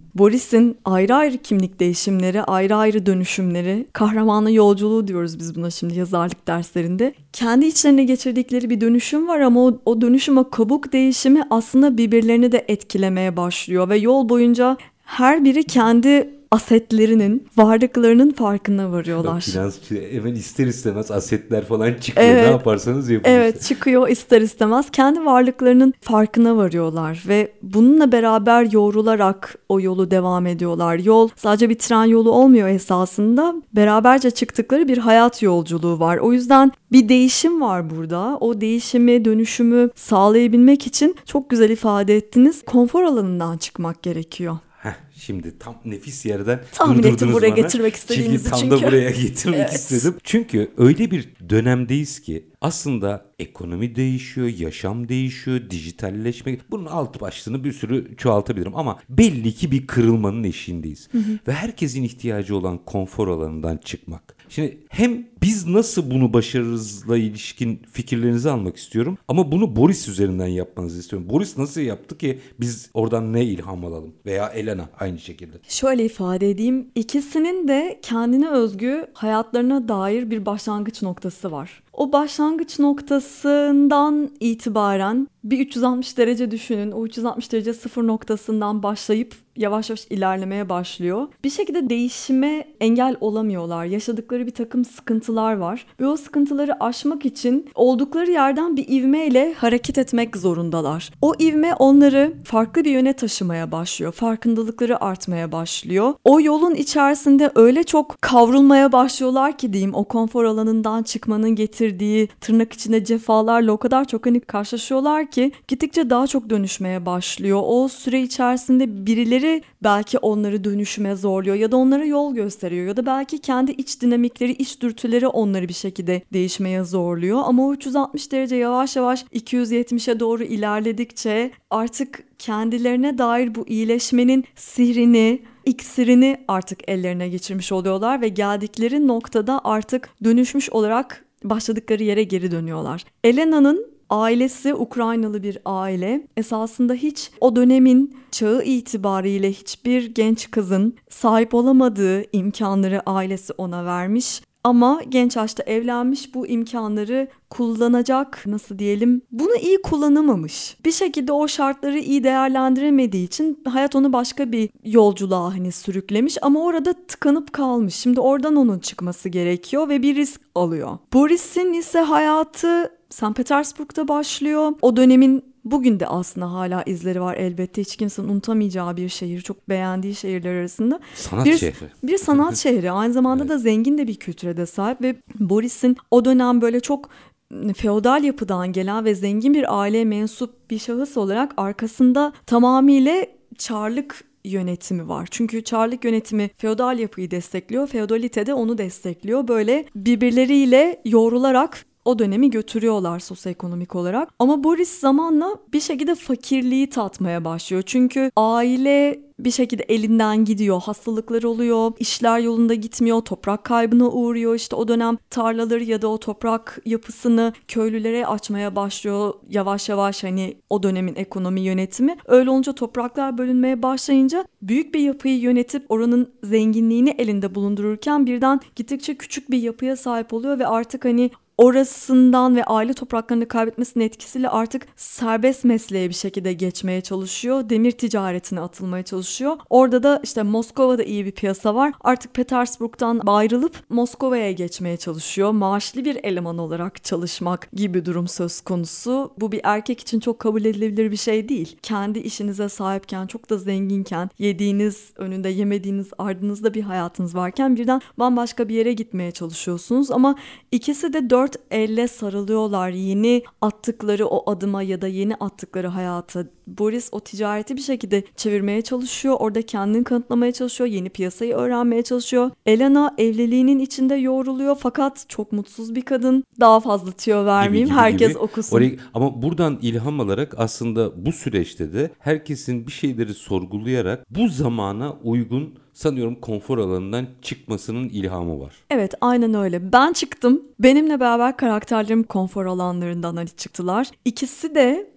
Boris'in ayrı ayrı kimlik değişimleri, ayrı ayrı dönüşümleri, kahramanı yolculuğu diyoruz biz buna şimdi yazarlık derslerinde. Kendi içlerine geçirdikleri bir dönüşüm var ama o dönüşüm, o kabuk değişimi aslında birbirlerini de etkilemeye başlıyor ve yol boyunca her biri kendi asetlerinin, varlıklarının farkına varıyorlar. Bak, finansçı hemen ister istemez asetler falan çıkıyor. Evet. Ne yaparsanız yapın. Evet, çıkıyor ister istemez. Kendi varlıklarının farkına varıyorlar ve bununla beraber yoğrularak o yolu devam ediyorlar. Yol sadece bir tren yolu olmuyor esasında. Beraberce çıktıkları bir hayat yolculuğu var. O yüzden bir değişim var burada. O değişimi, dönüşümü sağlayabilmek için çok güzel ifade ettiniz. Konfor alanından çıkmak gerekiyor. Şimdi tam nefis yerden tahmin durdurdunuz ettim buraya bana. getirmek istediğinizi Tam çünkü. da buraya getirmek Evet. istedim. Çünkü öyle bir dönemdeyiz ki aslında ekonomi değişiyor, yaşam değişiyor, dijitalleşme. Bunun alt başlığını bir sürü çoğaltabilirim ama belli ki bir kırılmanın eşiğindeyiz. Ve herkesin ihtiyacı olan konfor alanından çıkmak. Şimdi hem biz nasıl bunu başarırızla ilişkin fikirlerinizi almak istiyorum ama bunu Boris üzerinden yapmanızı istiyorum. Boris nasıl yaptı ki biz oradan ne ilham alalım? Veya Elena aynı şekilde. Şöyle ifade edeyim. İkisinin de kendine özgü hayatlarına dair bir başlangıç noktası var. O başlangıç noktasından itibaren bir 360 derece düşünün. O 360 derece sıfır noktasından başlayıp yavaş yavaş ilerlemeye başlıyor. Bir şekilde değişime engel olamıyorlar. Yaşadıkları bir takım sıkıntılar var. Ve o sıkıntıları aşmak için oldukları yerden bir ivmeyle hareket etmek zorundalar. O ivme onları farklı bir yöne taşımaya başlıyor. Farkındalıkları artmaya başlıyor. O yolun içerisinde öyle çok kavrulmaya başlıyorlar ki diyeyim, o konfor alanından çıkmanın getirdiği tırnak içinde cefalarla o kadar çok karşılaşıyorlar ki gittikçe daha çok dönüşmeye başlıyor. O süre içerisinde birileri belki onları dönüşüme zorluyor ya da onlara yol gösteriyor ya da belki kendi iç dinamikleri, iç dürtüleri onları bir şekilde değişmeye zorluyor. Ama o 360 derece yavaş yavaş 270'e doğru ilerledikçe artık kendilerine dair bu iyileşmenin sihrini, iksirini artık ellerine geçirmiş oluyorlar ve geldikleri noktada artık dönüşmüş olarak başladıkları yere geri dönüyorlar. Elena'nın ailesi Ukraynalı bir aile. Esasında hiç o dönemin çağı itibariyle hiçbir genç kızın sahip olamadığı imkanları ailesi ona vermiş. Ama genç yaşta evlenmiş, bu imkanları kullanacak, nasıl diyelim, bunu iyi kullanamamış. Bir şekilde o şartları iyi değerlendiremediği için hayat onu başka bir yolculuğa sürüklemiş ama orada tıkanıp kalmış. Şimdi oradan onun çıkması gerekiyor ve bir risk alıyor. Boris'in ise hayatı St. Petersburg'da başlıyor. O dönemin bugün de aslında hala izleri var elbette. Hiç kimsenin unutamayacağı bir şehir. Çok beğendiği şehirler arasında. Sanat şehri. Bir sanat şehri. Aynı zamanda da zengin de bir kültüre de sahip ve Boris'in o dönem böyle çok feodal yapıdan gelen ve zengin bir aileye mensup bir şahıs olarak arkasında tamamıyla çarlık yönetimi var. Çünkü çarlık yönetimi feodal yapıyı destekliyor. Feodalite de onu destekliyor. Böyle birbirleriyle yoğrularak o dönemi götürüyorlar sosyoekonomik olarak. Ama Boris zamanla bir şekilde fakirliği tatmaya başlıyor. Çünkü aile bir şekilde elinden gidiyor, hastalıklar oluyor, işler yolunda gitmiyor, toprak kaybına uğruyor. İşte o dönem tarlaları ya da o toprak yapısını köylülere açmaya başlıyor yavaş yavaş, o dönemin ekonomi yönetimi. Öyle olunca topraklar bölünmeye başlayınca büyük bir yapıyı yönetip oranın zenginliğini elinde bulundururken birden gittikçe küçük bir yapıya sahip oluyor ve artık orasından ve aile topraklarını kaybetmesinin etkisiyle artık serbest mesleğe bir şekilde geçmeye çalışıyor. Demir ticaretine atılmaya çalışıyor. Orada da işte Moskova'da iyi bir piyasa var. Artık Petersburg'dan ayrılıp Moskova'ya geçmeye çalışıyor. Maaşlı bir eleman olarak çalışmak gibi durum söz konusu. Bu bir erkek için çok kabul edilebilir bir şey değil. Kendi işinize sahipken, çok da zenginken, yediğiniz önünde, yemediğiniz ardınızda bir hayatınız varken birden bambaşka bir yere gitmeye çalışıyorsunuz. Ama ikisi de dört elle sarılıyorlar yeni attıkları o adıma ya da yeni attıkları hayata. Boris o ticareti bir şekilde çevirmeye çalışıyor. Orada kendini kanıtlamaya çalışıyor. Yeni piyasayı öğrenmeye çalışıyor. Elena evliliğinin içinde yoğruluyor fakat çok mutsuz bir kadın. Daha fazla tüyo vermeyeyim. Herkes okusun. Ama buradan ilham alarak aslında bu süreçte de herkesin bir şeyleri sorgulayarak bu zamana uygun sanıyorum konfor alanından çıkmasının ilhamı var. Evet, aynen öyle. Ben çıktım. Benimle beraber karakterlerim konfor alanlarından çıktılar. İkisi de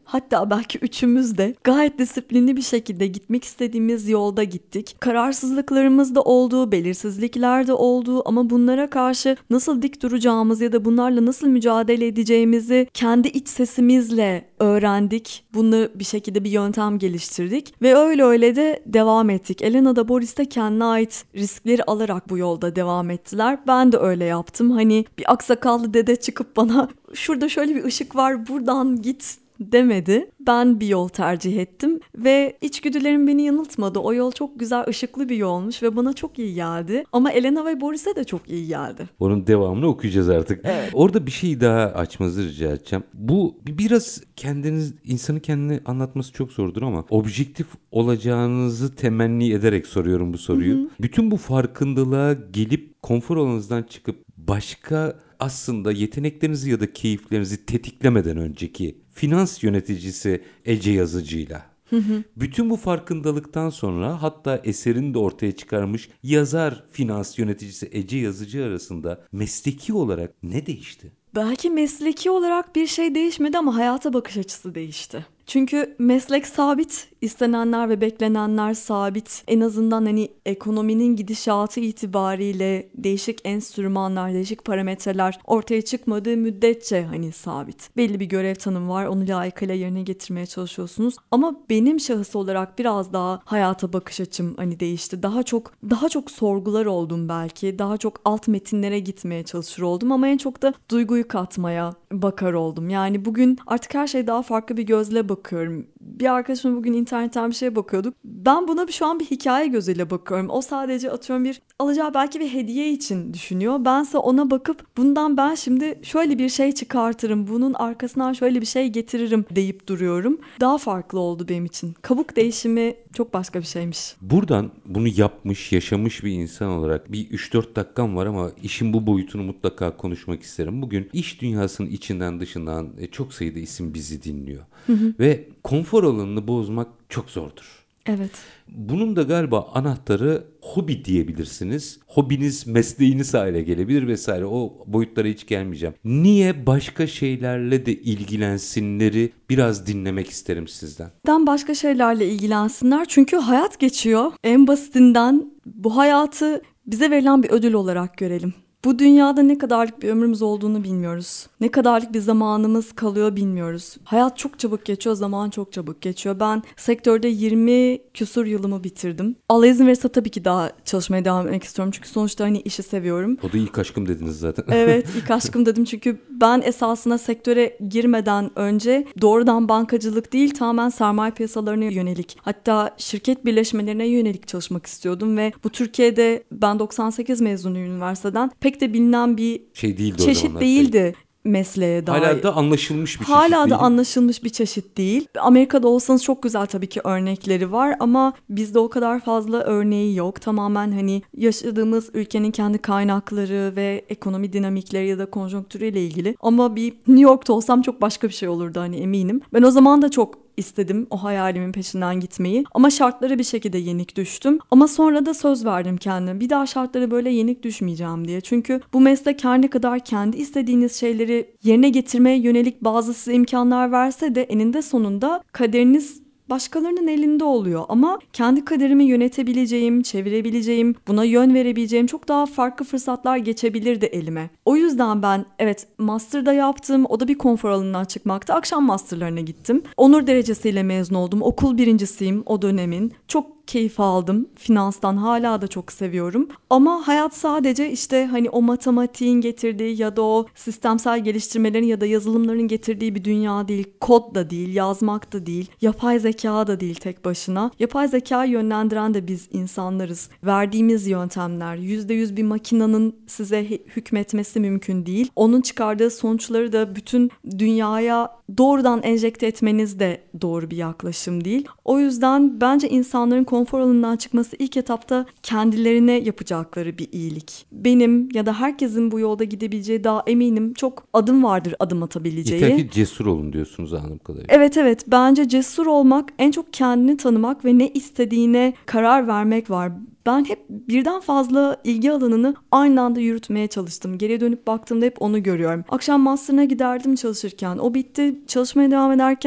hatta belki üçümüz de gayet disiplinli bir şekilde gitmek istediğimiz yolda gittik. Kararsızlıklarımız da oldu, belirsizlikler de oldu ama bunlara karşı nasıl dik duracağımız ya da bunlarla nasıl mücadele edeceğimizi kendi iç sesimizle öğrendik. Bunu bir şekilde bir yöntem geliştirdik ve öyle de devam ettik. Elena da Boris de kendine ait riskleri alarak bu yolda devam ettiler. Ben de öyle yaptım. Hani bir aksakallı dede çıkıp bana şurada şöyle bir ışık var, buradan git demedi. Ben bir yol tercih ettim ve içgüdülerim beni yanıltmadı. O yol çok güzel, ışıklı bir yolmuş ve bana çok iyi geldi. Ama Elena ve Boris'e de çok iyi geldi. Onun devamını okuyacağız artık. Evet. Orada bir şey daha açmanızı rica edeceğim. Bu biraz insanı kendine anlatması çok zordur ama objektif olacağınızı temenni ederek soruyorum bu soruyu. Hı hı. Bütün bu farkındalığa gelip konfor alanınızdan çıkıp başka aslında yeteneklerinizi ya da keyiflerinizi tetiklemeden önceki finans yöneticisi Ece Yazıcı'yla bütün bu farkındalıktan sonra hatta eserini de ortaya çıkarmış yazar finans yöneticisi Ece Yazıcı arasında mesleki olarak ne değişti? Belki mesleki olarak bir şey değişmedi ama hayata bakış açısı değişti. Çünkü meslek sabit, istenenler ve beklenenler sabit. En azından hani ekonominin gidişatı itibariyle değişik enstrümanlar, değişik parametreler ortaya çıkmadığı müddetçe hani sabit. Belli bir görev tanımı var, onu layıkıyla yerine getirmeye çalışıyorsunuz. Ama benim şahıs olarak biraz daha hayata bakış açım hani değişti. Daha çok sorgular oldum belki. Daha çok alt metinlere gitmeye çalışır oldum ama en çok da duyguyu katmaya bakar oldum. Yani bugün artık her şey daha farklı bir gözle bakıyorum. Bir arkadaşımla bugün internetten bir şeye bakıyorduk. Ben buna şu an bir hikaye gözüyle bakıyorum. O sadece atıyorum bir alacağı belki bir hediye için düşünüyor. Bense ona bakıp bundan ben şimdi şöyle bir şey çıkartırım, bunun arkasından şöyle bir şey getiririm deyip duruyorum. Daha farklı oldu benim için. Kabuk değişimi çok başka bir şeymiş. Buradan bunu yapmış, yaşamış bir insan olarak bir 3-4 dakikam var ama işin bu boyutunu mutlaka konuşmak isterim. Bugün iş dünyasının içinden dışından çok sayıda isim bizi dinliyor. Ve konfor alanını bozmak çok zordur. Evet. Bunun da galiba anahtarı hobi diyebilirsiniz. Hobiniz mesleğiniz hale gelebilir vesaire. O boyutlara hiç gelmeyeceğim. Niye başka şeylerle de ilgilensinleri biraz dinlemek isterim sizden. Neden başka şeylerle ilgilensinler? Çünkü hayat geçiyor. En basitinden bu hayatı bize verilen bir ödül olarak görelim. Bu dünyada ne kadarlık bir ömrümüz olduğunu bilmiyoruz. Ne kadarlık bir zamanımız kalıyor bilmiyoruz. Hayat çok çabuk geçiyor, zaman çok çabuk geçiyor. Ben sektörde 20 küsur yılımı bitirdim. Allah izin verirse tabii ki daha çalışmaya devam etmek istiyorum. Çünkü sonuçta hani işi seviyorum. O da ilk aşkım dediniz zaten. Evet, ilk aşkım dedim çünkü ben esasında sektöre girmeden önce doğrudan bankacılık değil tamamen sermaye piyasalarına yönelik, hatta şirket birleşmelerine yönelik çalışmak istiyordum ve bu Türkiye'de ben 98 mezunuyum üniversiteden, pek de bilinen bir şey değildi, çeşit değildi mesleğe dair. Hala da anlaşılmış bir çeşit değil. Hala da anlaşılmış bir çeşit değil. Amerika'da olsanız çok güzel tabii ki örnekleri var ama bizde o kadar fazla örneği yok. Tamamen hani yaşadığımız ülkenin kendi kaynakları ve ekonomi dinamikleri ya da konjonktürüyle ilgili. Ama bir New York'ta olsam çok başka bir şey olurdu hani eminim. Ben o zaman da çok istedim o hayalimin peşinden gitmeyi ama şartlara bir şekilde yenik düştüm. Ama sonra da söz verdim kendime. Bir daha şartlara böyle yenik düşmeyeceğim diye. Çünkü bu meslek her ne kadar kendi istediğiniz şeyleri yerine getirmeye yönelik bazı size imkanlar verse de eninde sonunda kaderiniz başkalarının elinde oluyor ama kendi kaderimi yönetebileceğim, çevirebileceğim, buna yön verebileceğim çok daha farklı fırsatlar geçebilirdi elime. O yüzden ben evet master'da yaptım, o da bir konfor alanından çıkmaktı. Akşam master'larına gittim. Onur derecesiyle mezun oldum. Okul birincisiyim o dönemin. Çok keyif aldım. Finanstan hala da çok seviyorum. Ama hayat sadece işte hani o matematiğin getirdiği ya da o sistemsel geliştirmelerin ya da yazılımların getirdiği bir dünya değil. Kod da değil, yazmak da değil, yapay zeka da değil tek başına. Yapay zekayı yönlendiren de biz insanlarız. Verdiğimiz yöntemler, %100 bir makinenin size hükmetmesi mümkün değil. Onun çıkardığı sonuçları da bütün dünyaya doğrudan enjekte etmeniz de doğru bir yaklaşım değil. O yüzden bence insanların konfor alanından çıkması ilk etapta kendilerine yapacakları bir iyilik. Benim ya da herkesin bu yolda gidebileceği daha eminim çok adım vardır adım atabileceği. Yeter ki cesur olun diyorsunuz anladığım kadarıyla. Evet bence cesur olmak, en çok kendini tanımak ve ne istediğine karar vermek var. Ben hep birden fazla ilgi alanını aynı anda yürütmeye çalıştım. Geriye dönüp baktığımda hep onu görüyorum. Akşam master'ına giderdim çalışırken. O bitti. Çalışmaya devam ederken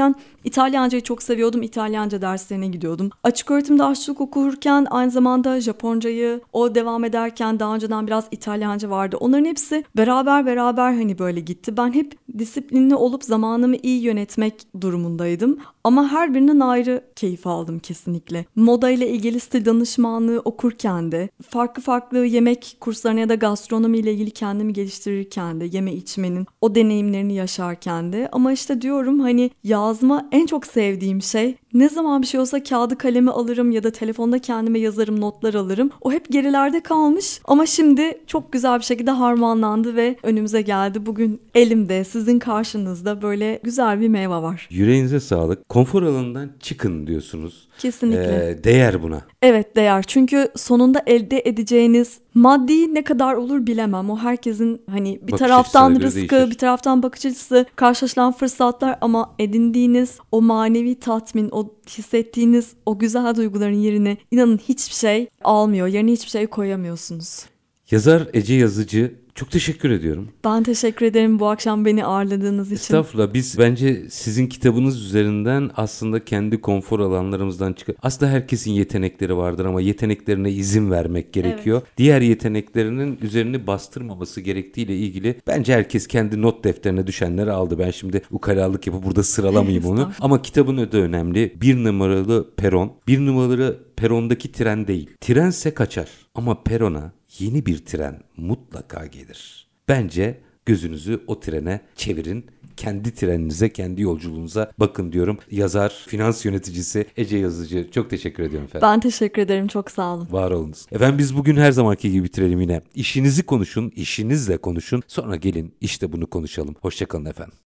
İtalyancayı çok seviyordum. İtalyanca derslerine gidiyordum. Açık öğretimde aşçılık okurken aynı zamanda Japoncayı, o devam ederken daha önceden biraz İtalyanca vardı. Onların hepsi beraber hani böyle gitti. Ben hep disiplinli olup zamanımı iyi yönetmek durumundaydım. Ama her birinden ayrı keyif aldım kesinlikle. Moda ile ilgili stil danışmanlığı okurken de, farklı yemek kurslarına ya da gastronomi ile ilgili kendimi geliştirirken de, yeme içmenin o deneyimlerini yaşarken de. Ama işte diyorum hani yazma en çok sevdiğim şey. Ne zaman bir şey olsa kağıdı kalemi alırım ya da telefonda kendime yazarım, notlar alırım. O hep gerilerde kalmış ama şimdi çok güzel bir şekilde harmanlandı ve önümüze geldi. Bugün elimde, sizin karşınızda böyle güzel bir meyve var. Yüreğinize sağlık. Konfor alanından çıkın diyorsunuz. Kesinlikle. Değer buna. Evet, değer. Çünkü sonunda elde edeceğiniz maddi ne kadar olur bilemem. O herkesin hani bir Bakış taraftan açısına göre rızkı, değişir. bir taraftan bakış açısı, karşılaşılan fırsatlar ama edindiğiniz o manevi tatmin, o hissettiğiniz o güzel duyguların yerine inanın hiçbir şey almıyor. Yerine hiçbir şey koyamıyorsunuz. Yazar Ece Yazıcı, çok teşekkür ediyorum. Ben teşekkür ederim bu akşam beni ağırladığınız için. Estağfurullah, biz bence sizin kitabınız üzerinden aslında kendi konfor alanlarımızdan çıkıp aslında herkesin yetenekleri vardır ama yeteneklerine izin vermek gerekiyor. Evet. Diğer yeteneklerinin üzerini bastırmaması gerektiğiyle ilgili bence herkes kendi not defterine düşenleri aldı. Ben şimdi ukalalık yapıp burada sıralamayayım onu. Ama kitabın öde önemli. 1 numaralı peron. 1 numaralı perondaki tren değil. Trense kaçar ama perona yeni bir tren mutlaka gelir. Bence gözünüzü o trene çevirin. Kendi treninize, kendi yolculuğunuza bakın diyorum. Yazar, finans yöneticisi Ece Yazıcı. Çok teşekkür ediyorum efendim. Ben teşekkür ederim. Çok sağ olun. Var olunuz. Efendim biz bugün her zamanki gibi bitirelim yine. İşinizi konuşun, işinizle konuşun. Sonra gelin işte bunu konuşalım. Hoşça kalın efendim.